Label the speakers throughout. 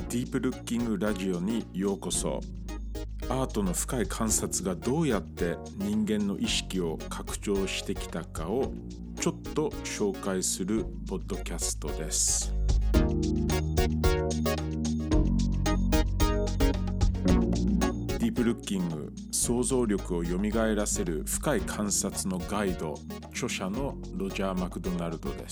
Speaker 1: ディープルッキングラジオにようこそ。アートの深い観察がどうやって人間の意識を拡張してきたかをちょっと紹介するポッドキャストです。ディープルッキング、想像力をよみがえらせる深い観察のガイド、著者のロジャー・マクドナルドです。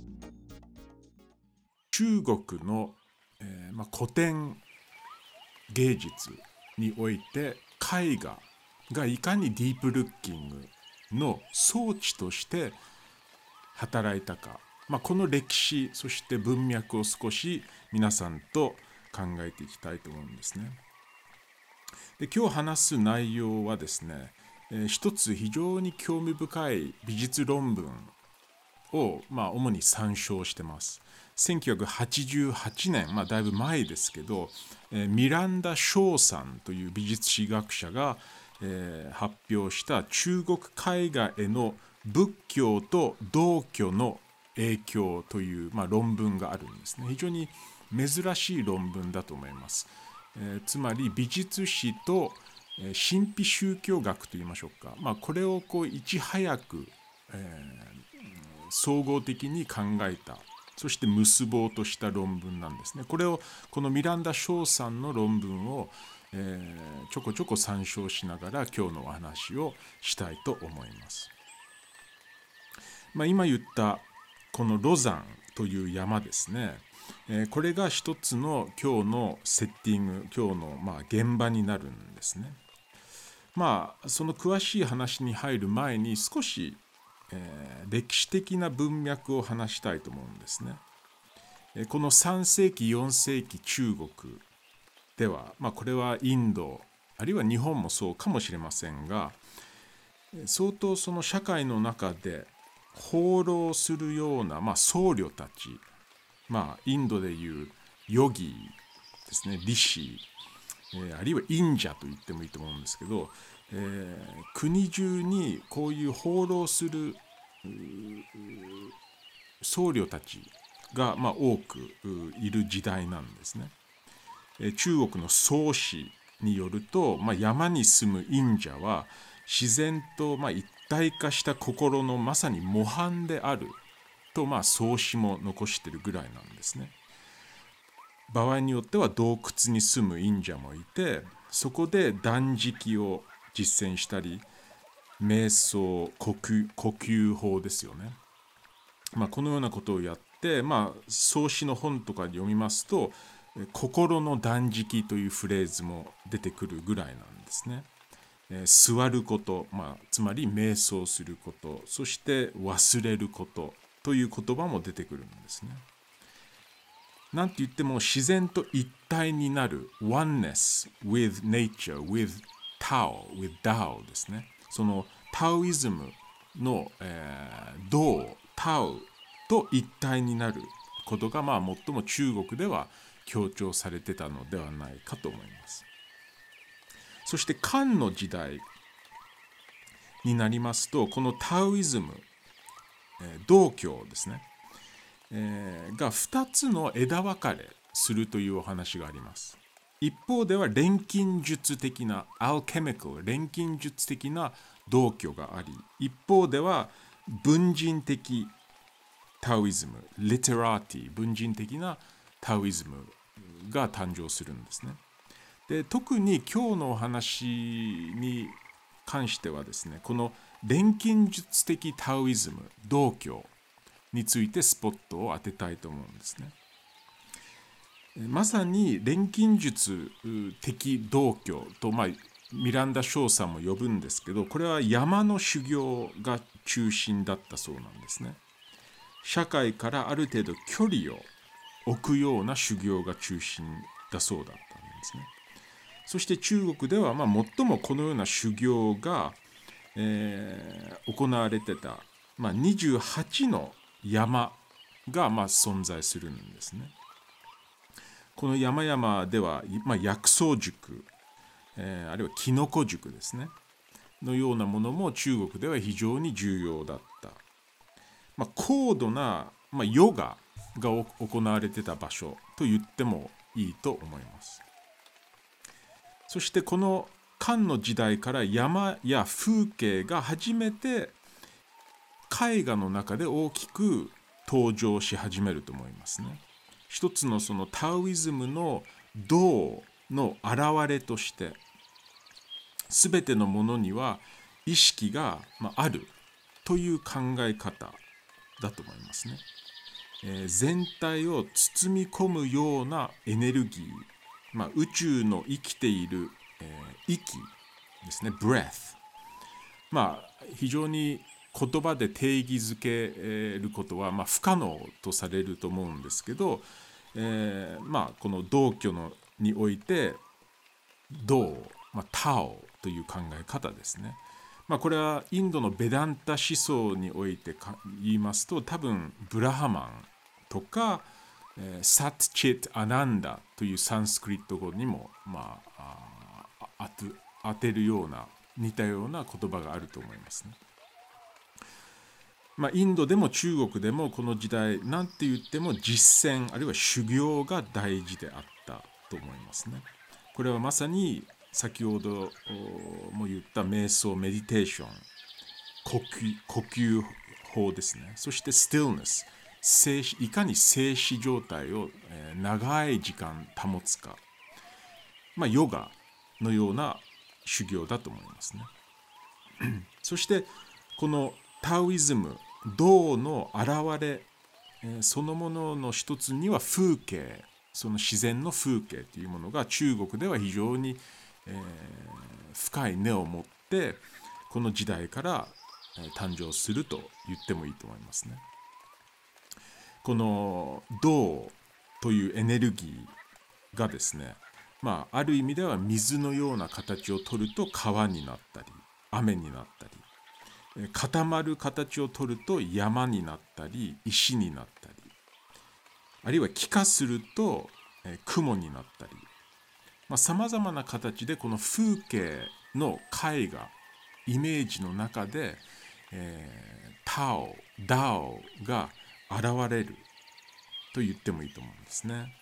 Speaker 1: 中国の、古典芸術において絵画がいかにディープルッキングの装置として働いたか、この歴史そして文脈を少し皆さんと考えていきたいと思うんですね。で、今日話す内容はですね、一つ非常に興味深い美術論文を、主に参照してます。1988年、だいぶ前ですけど、ミランダ・ショーさんという美術史学者が、発表した中国絵画への仏教と道教の影響という、論文があるんですね。非常に珍しい論文だと思います。つまり美術史と神秘宗教学といいましょうか、これをいち早く、総合的に考えた、そして結ぼうとした論文なんですね。このミランダ・ショーさんの論文を、ちょこちょこ参照しながら今日のお話をしたいと思います。今言ったこのロザンという山ですね、これが一つの今日のセッティング、今日の現場になるんですね。その詳しい話に入る前に少し歴史的な文脈を話したいと思うんですね。この3世紀4世紀中国では、これはインドあるいは日本もそうかもしれませんが、相当その社会の中で放浪するような、僧侶たち、インドでいうヨギですね、リシ、あるいは忍者と言ってもいいと思うんですけど、国中にこういう放浪する僧侶たちが多くいる時代なんですね。中国の宋史によると、山に住む忍者は自然と一体化した心のまさに模範であると宋史も残しているぐらいなんですね。場合によっては洞窟に住む忍者もいて、そこで断食を実践したり、瞑想、呼吸法ですよね。このようなことをやって、宋詩の本とか読みますと、心の断食というフレーズも出てくるぐらいなんですね。座ること、つまり瞑想すること、そして忘れることという言葉も出てくるんですね。なんて言っても自然と一体になる oneness with nature, with Tao, with Tao ですね。そのタオイズムの、道、タオと一体になることが最も中国では強調されてたのではないかと思います。そして漢の時代になりますと、このタオイズム、道教ですね、が2つの枝分かれするというお話があります。一方では錬金術的なアルケミカル、錬金術的な道教があり、一方では文人的タオイズム、リテラーティ、文人的なタオイズムが誕生するんですね。で、特に今日のお話に関してはですね、この錬金術的タオイズム、道教についてスポットを当てたいと思うんですね。まさに錬金術的道教と、ミランダ・ショーさんも呼ぶんですけど、これは山の修行が中心だったそうなんですね。社会からある程度距離を置くような修行が中心だそうだったんですね。そして中国では最もこのような修行が、行われてた、28の山が存在するんですね。この山々では、薬草塾、あるいはキノコ塾ですねのようなものも中国では非常に重要だった。高度な、ヨガが行われてた場所と言ってもいいと思います。そしてこの漢の時代から山や風景が初めて絵画の中で大きく登場し始めると思いますね。一つのそのタオイズムの道の現れとして、全てのものには意識があるという考え方だと思いますね。全体を包み込むようなエネルギー、宇宙の生きている、息ですね、breath。非常に言葉で定義づけることは、不可能とされると思うんですけど、この道教において道、タオという考え方ですね。これはインドのベダンタ思想において言いますと、多分ブラハマンとか、サッチェット・アナンダというサンスクリット語にも、当てるような似たような言葉があると思いますね。インドでも中国でもこの時代なんて言っても実践あるいは修行が大事であったと思いますね。これはまさに先ほども言った瞑想メディテーション、呼吸法ですね。そしてスティルネス、いかに静止状態を長い時間保つか、ヨガのような修行だと思いますね。そしてこのタオイズム、道の現れ、そのものの一つには風景、その自然の風景というものが中国では非常に、深い根を持ってこの時代から誕生すると言ってもいいと思いますね。この道というエネルギーがですね、ある意味では水のような形をとると川になったり雨になったり、固まる形をとると山になったり石になったり、あるいは気化すると雲になったり、さまざまな形でこの風景の絵画イメージの中で、タオダオが現れると言ってもいいと思うんですね。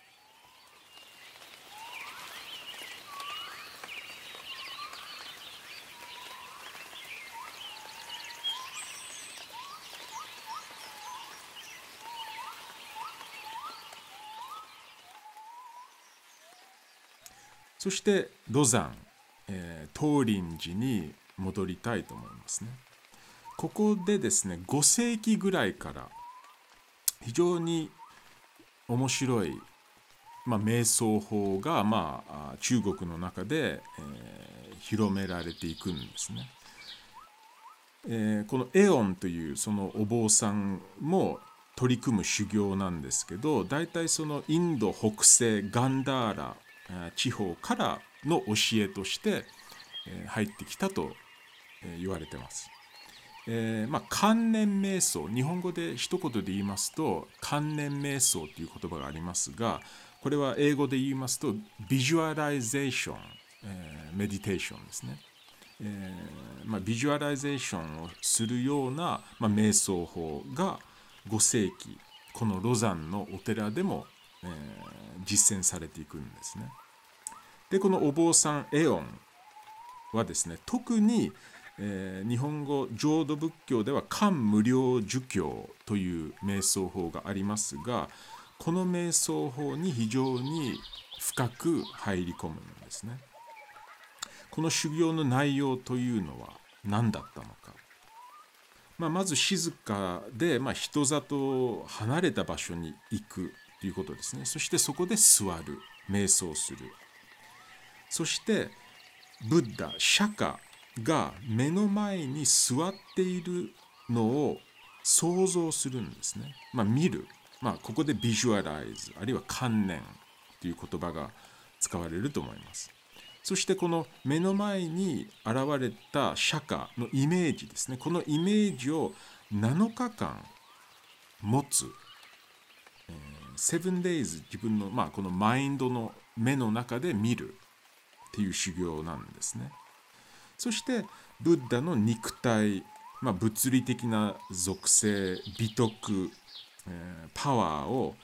Speaker 1: そして廬山、東林寺に戻りたいと思いますね。ここでですね、5世紀ぐらいから非常に面白い、瞑想法が、中国の中で、広められていくんですね。このエオンというそのお坊さんも取り組む修行なんですけど、大体そのインド北西ガンダーラ地方からの教えとして入ってきたと言われてます。観念瞑想、日本語で一言で言いますと観念瞑想という言葉がありますが、これは英語で言いますとビジュアライゼーション、メディテーションですね。ビジュアライゼーションをするような、瞑想法が5世紀この廬山のお寺でも、実践されていくんですね。でこのお坊さんエオンはですね、特に、日本語浄土仏教では漢無量寿経という瞑想法がありますが、この瞑想法に非常に深く入り込むんですね。この修行の内容というのは何だったのか。まず静かで、人里を離れた場所に行くということですね。そしてそこで座る、瞑想する。そしてブッダ、釈迦が目の前に座っているのを想像するんですね。見る。ここでビジュアライズ、あるいは観念という言葉が使われると思います。そしてこの目の前に現れた釈迦のイメージですね。このイメージを7日間持つ。7 days 自分の、このマインドの目の中で見るっていう修行なんですね。そしてブッダの肉体、物理的な属性、美徳、パワーを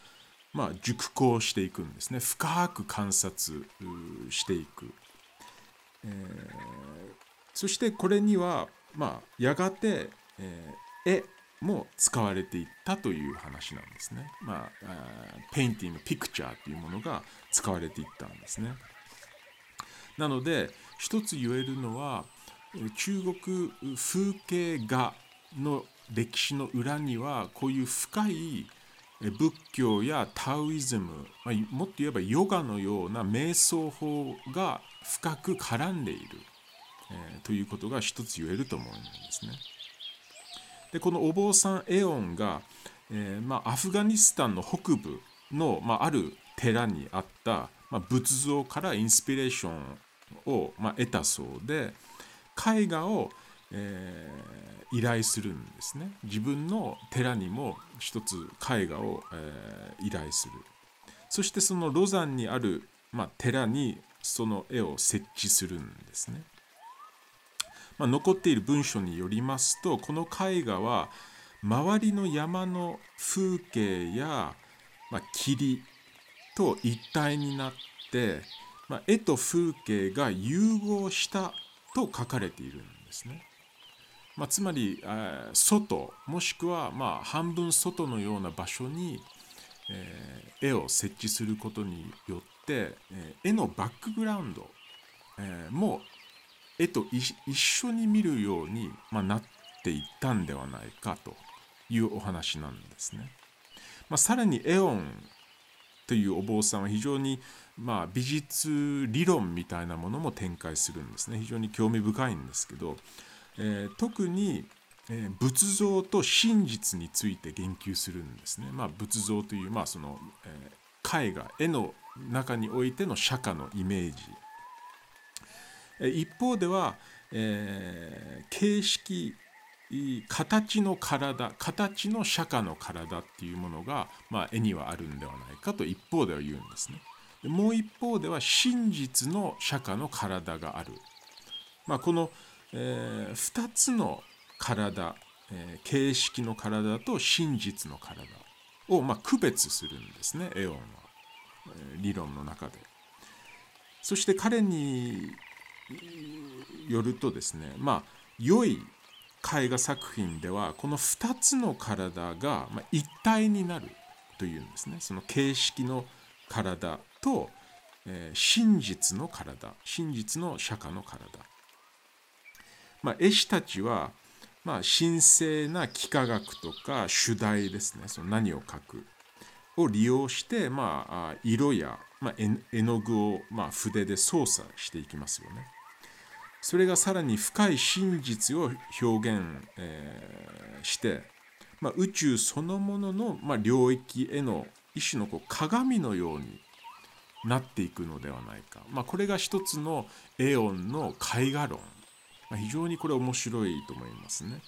Speaker 1: 熟考していくんですね。深く観察していく。そしてこれには、やがて、絵も使われていったという話なんですね。ペインティング、ピクチャーというものが使われていったんですね。なので一つ言えるのは、中国風景画の歴史の裏にはこういう深い仏教やタオイズム、もっと言えばヨガのような瞑想法が深く絡んでいる、ということが一つ言えると思うんですね。でこのお坊さんエオンが、アフガニスタンの北部の、ある寺にあった、仏像からインスピレーションを、得たそうで、絵画を、依頼するんですね。自分の寺にも一つ絵画を、依頼する。そしてそのロザンにある、寺にその絵を設置するんですね。残っている文書によりますと、この絵画は周りの山の風景や、霧と一体になって、絵と風景が融合したと書かれているんですね。つまり、外もしくは半分外のような場所に、絵を設置することによって、絵のバックグラウンド、も絵と一緒に見るように、なっていったんではないかというお話なんですね。さらにエオンというお坊さんは非常に、美術理論みたいなものも展開するんですね。非常に興味深いんですけど、特に、仏像と真実について言及するんですね。仏像という、その、絵画、絵の中においての釈迦のイメージ。一方では、形式、形の体、形の釈迦の体っていうものが、絵にはあるんではないかと一方では言うんですね。もう一方では真実の釈迦の体がある。この、2つの体、形式の体と真実の体を、区別するんですね、エオンは、理論の中で。そして彼によるとですね、良い絵画作品ではこの2つの体が一体になるというんですね。その形式の体と、真実の体、真実の釈迦の体。絵師たちは、神聖な幾何学とか主題ですね、その何を描くを利用して、色や、絵の具を、筆で操作していきますよね。それがさらに深い真実を表現、して、宇宙そのものの、領域への一種の鏡のようになっていくのではないか。これが一つのエオンの絵画論。非常にこれ面白いと思いますね。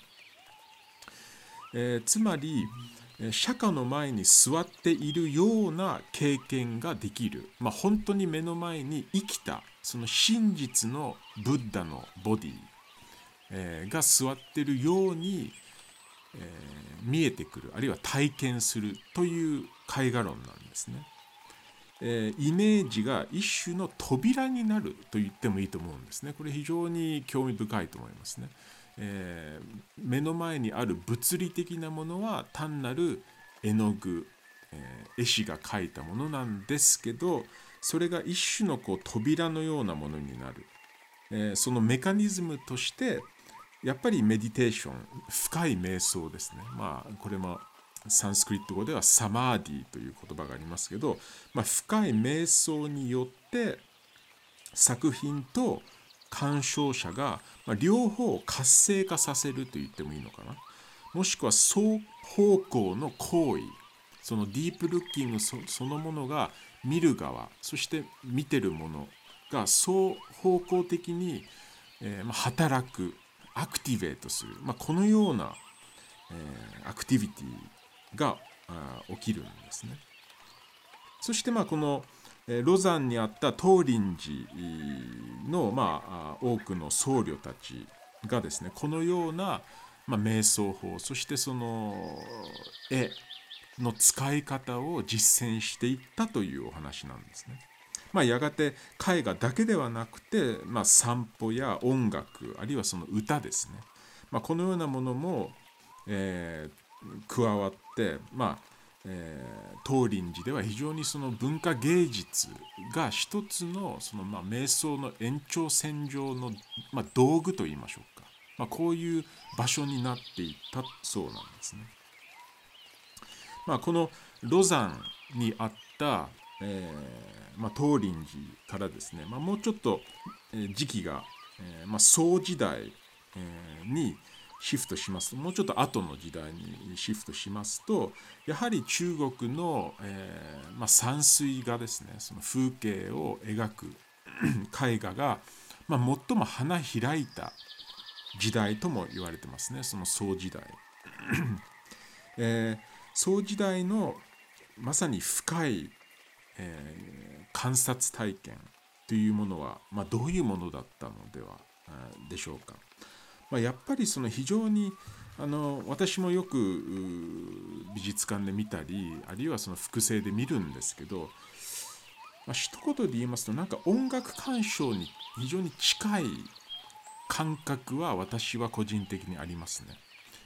Speaker 1: つまり釈迦の前に座っているような経験ができる、本当に目の前に生きたその真実のブッダのボディ、が座っているように、見えてくる、あるいは体験するという絵画論なんですね。イメージが一種の扉になると言ってもいいと思うんですね。これ非常に興味深いと思いますね。目の前にある物理的なものは単なる絵の具、絵師が描いたものなんですけど、それが一種の扉のようなものになる、そのメカニズムとしてやっぱりメディテーション、深い瞑想ですね。これもサンスクリット語ではサマーディという言葉がありますけど、深い瞑想によって作品と鑑賞者が両方を活性化させると言ってもいいのかな。もしくは双方向の行為、そのディープルッキング そのものが見る側、そして見てるものが双方向的に、働く、アクティベートする、このような、アクティビティが起きるんですね。そしてこのロザンにあった東林寺の多くの僧侶たちがですね、このような瞑想法、そしてその絵の使い方を実践していったというお話なんですね。やがて絵画だけではなくて、散歩や音楽あるいはその歌ですね、このようなものも、加わって、東林寺では非常にその文化芸術が一つのその瞑想の延長線上の、道具といいましょうか、こういう場所になっていったそうなんですね。このロザンにあった、東林寺からですね、もうちょっと、時期が、宋時代、にシフトしますと、もうちょっと後の時代にシフトしますと、やはり中国の、山水画ですね、その風景を描く絵画が、最も花開いた時代とも言われてますね、その宋時代。宋時代のまさに深い、観察体験というものは、どういうものだったのではでしょうか。やっぱりその非常に私もよく美術館で見たりあるいはその複製で見るんですけど、一言で言いますとなんか音楽鑑賞に非常に近い感覚は私は個人的にありますね。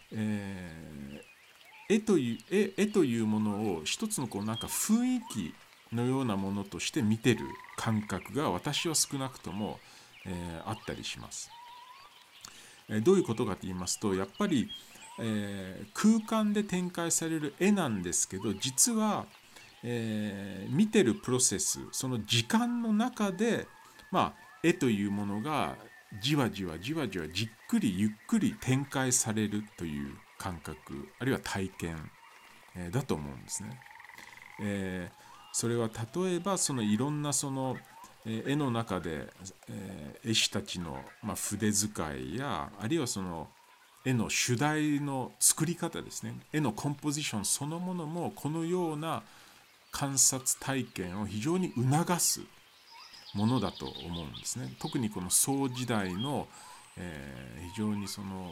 Speaker 1: 絵というものを一つのなんか雰囲気のようなものとして見てる感覚が私は少なくとも、あったりします。どういうことかと言いますと、やっぱり、空間で展開される絵なんですけど、実は、見てるプロセス、その時間の中で、絵というものがじわじわじわじわじっくりゆっくり展開されるという感覚あるいは体験、だと思うんですね。それは例えばそのいろんなその絵の中で、絵師たちの、筆使いやあるいはその絵の主題の作り方ですね、絵のコンポジションそのものもこのような観察体験を非常に促すものだと思うんですね。特にこの宋時代の、非常にその、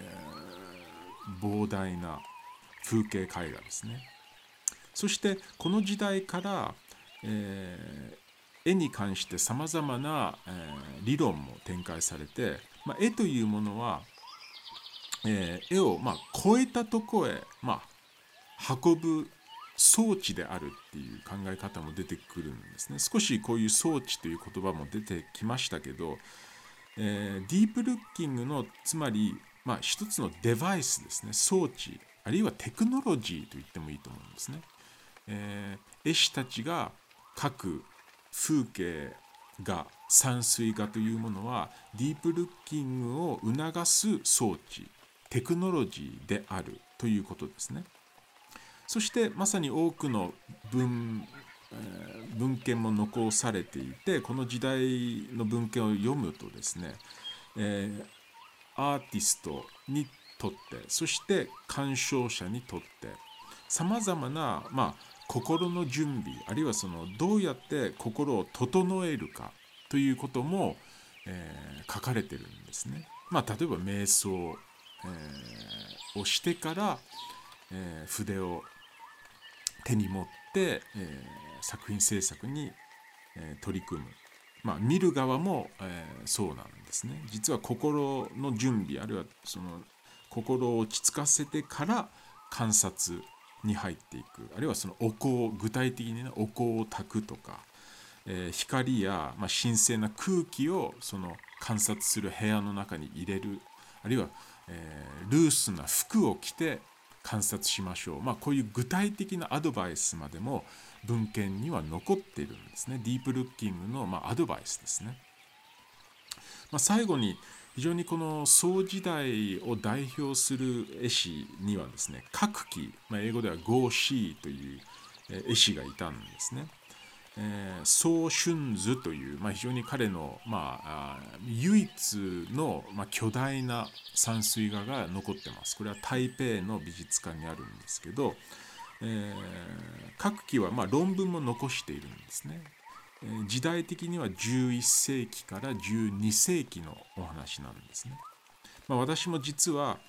Speaker 1: 膨大な風景絵画ですね。そしてこの時代から、絵に関してさまざまな、理論も展開されて、絵というものは、絵を超えたところへ、運ぶ装置であるっていう考え方も出てくるんですね。少しこういう装置という言葉も出てきましたけど、ディープルッキングのつまり、一つのデバイスですね、装置あるいはテクノロジーと言ってもいいと思うんですね。絵師たちが描く風景画山水画というものはディープルッキングを促す装置テクノロジーであるということですね。そしてまさに多くの文献も残されていて、この時代の文献を読むとですね、アーティストにとってそして鑑賞者にとってさまざまな、心の準備あるいはそのどうやって心を整えるかということも、書かれてるんですね。例えば瞑想、をしてから、筆を手に持って、作品制作に、取り組む。見る側も、そうなんですね。実は心の準備あるいはその心を落ち着かせてから観察に入っていく、あるいはそのお香具体的にねお香を焚くとか、光や、神聖な空気をその観察する部屋の中に入れる、あるいは、ルースな服を着て観察しましょう、こういう具体的なアドバイスまでも文献には残っているんですね。ディープルッキングの、アドバイスですね。最後に非常にこの宋時代を代表する絵師にはですね、郭毅、英語ではゴー・シーという絵師がいたんですね。宋春図という、非常に彼の、唯一の、巨大な山水画が残ってます。これは台北の美術館にあるんですけど、郭毅は論文も残しているんですね。時代的には11世紀から12世紀のお話なんですね。私も実は、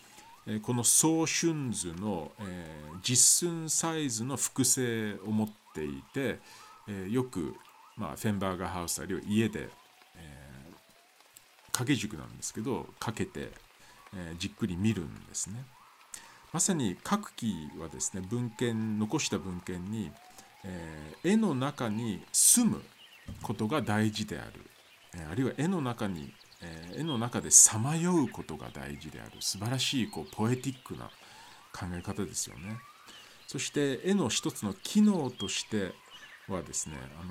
Speaker 1: この総春図の、実寸サイズの複製を持っていて、よく、フェンバーガーハウスあるいは家で、掛け軸なんですけどかけて、じっくり見るんですね。まさに書く記はですね、残した文献に、絵の中に住むことが大事である、あるいは絵の中でさまようことが大事である、素晴らしいポエティックな考え方ですよね。そして絵の一つの機能としてはですね、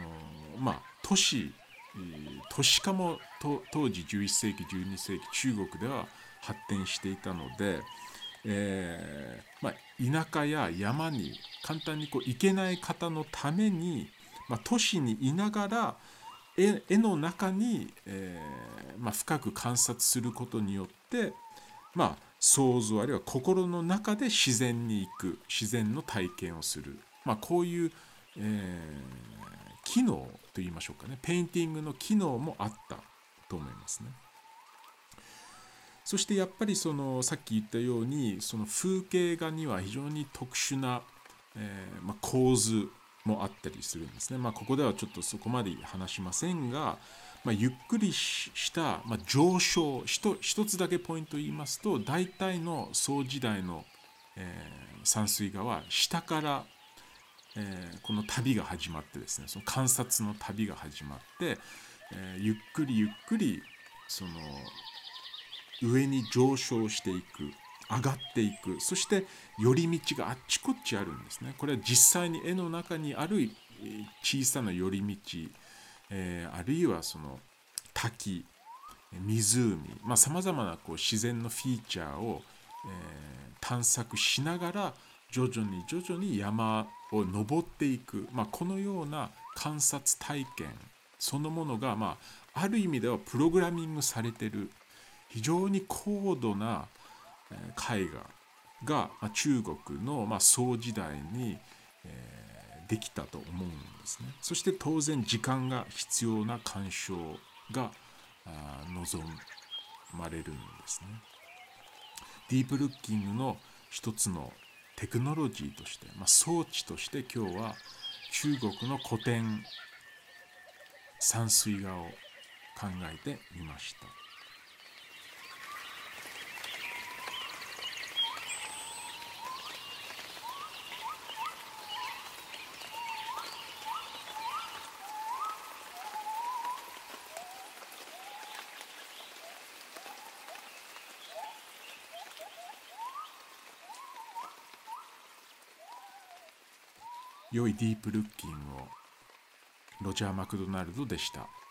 Speaker 1: 都市化も当時11世紀12世紀中国では発展していたので、田舎や山に簡単に行けない方のために、都市にいながら絵の中に、深く観察することによって、想像あるいは心の中で自然に行く、自然の体験をする、こういう、機能といいましょうかね、ペインティングの機能もあったと思いますね。そしてやっぱりさっき言ったようにその風景画には非常に特殊な、構図もあったりするんですね。ここではちょっとそこまで話しませんが、ゆっくりした、上昇一つだけポイントを言いますと、大体の宋時代の、山水画は下から、この旅が始まってですね、その観察の旅が始まって、ゆっくりゆっくりその上に上昇していく、上がっていく、そして寄り道があっちこっちあるんですね。これは実際に絵の中にある小さな寄り道、あるいはその滝、湖、さまざまな自然のフィーチャーを、探索しながら徐々に山を登っていく、このような観察体験そのものが、ある意味ではプログラミングされている非常に高度な絵画が中国の宋時代にできたと思うんですね。そして当然時間が必要な鑑賞が望まれるんですね。ディープルッキングの一つのテクノロジーとして、装置として今日は中国の古典山水画を考えてみました。良いディープルッキングを。ロジャー・マクドナルドでした。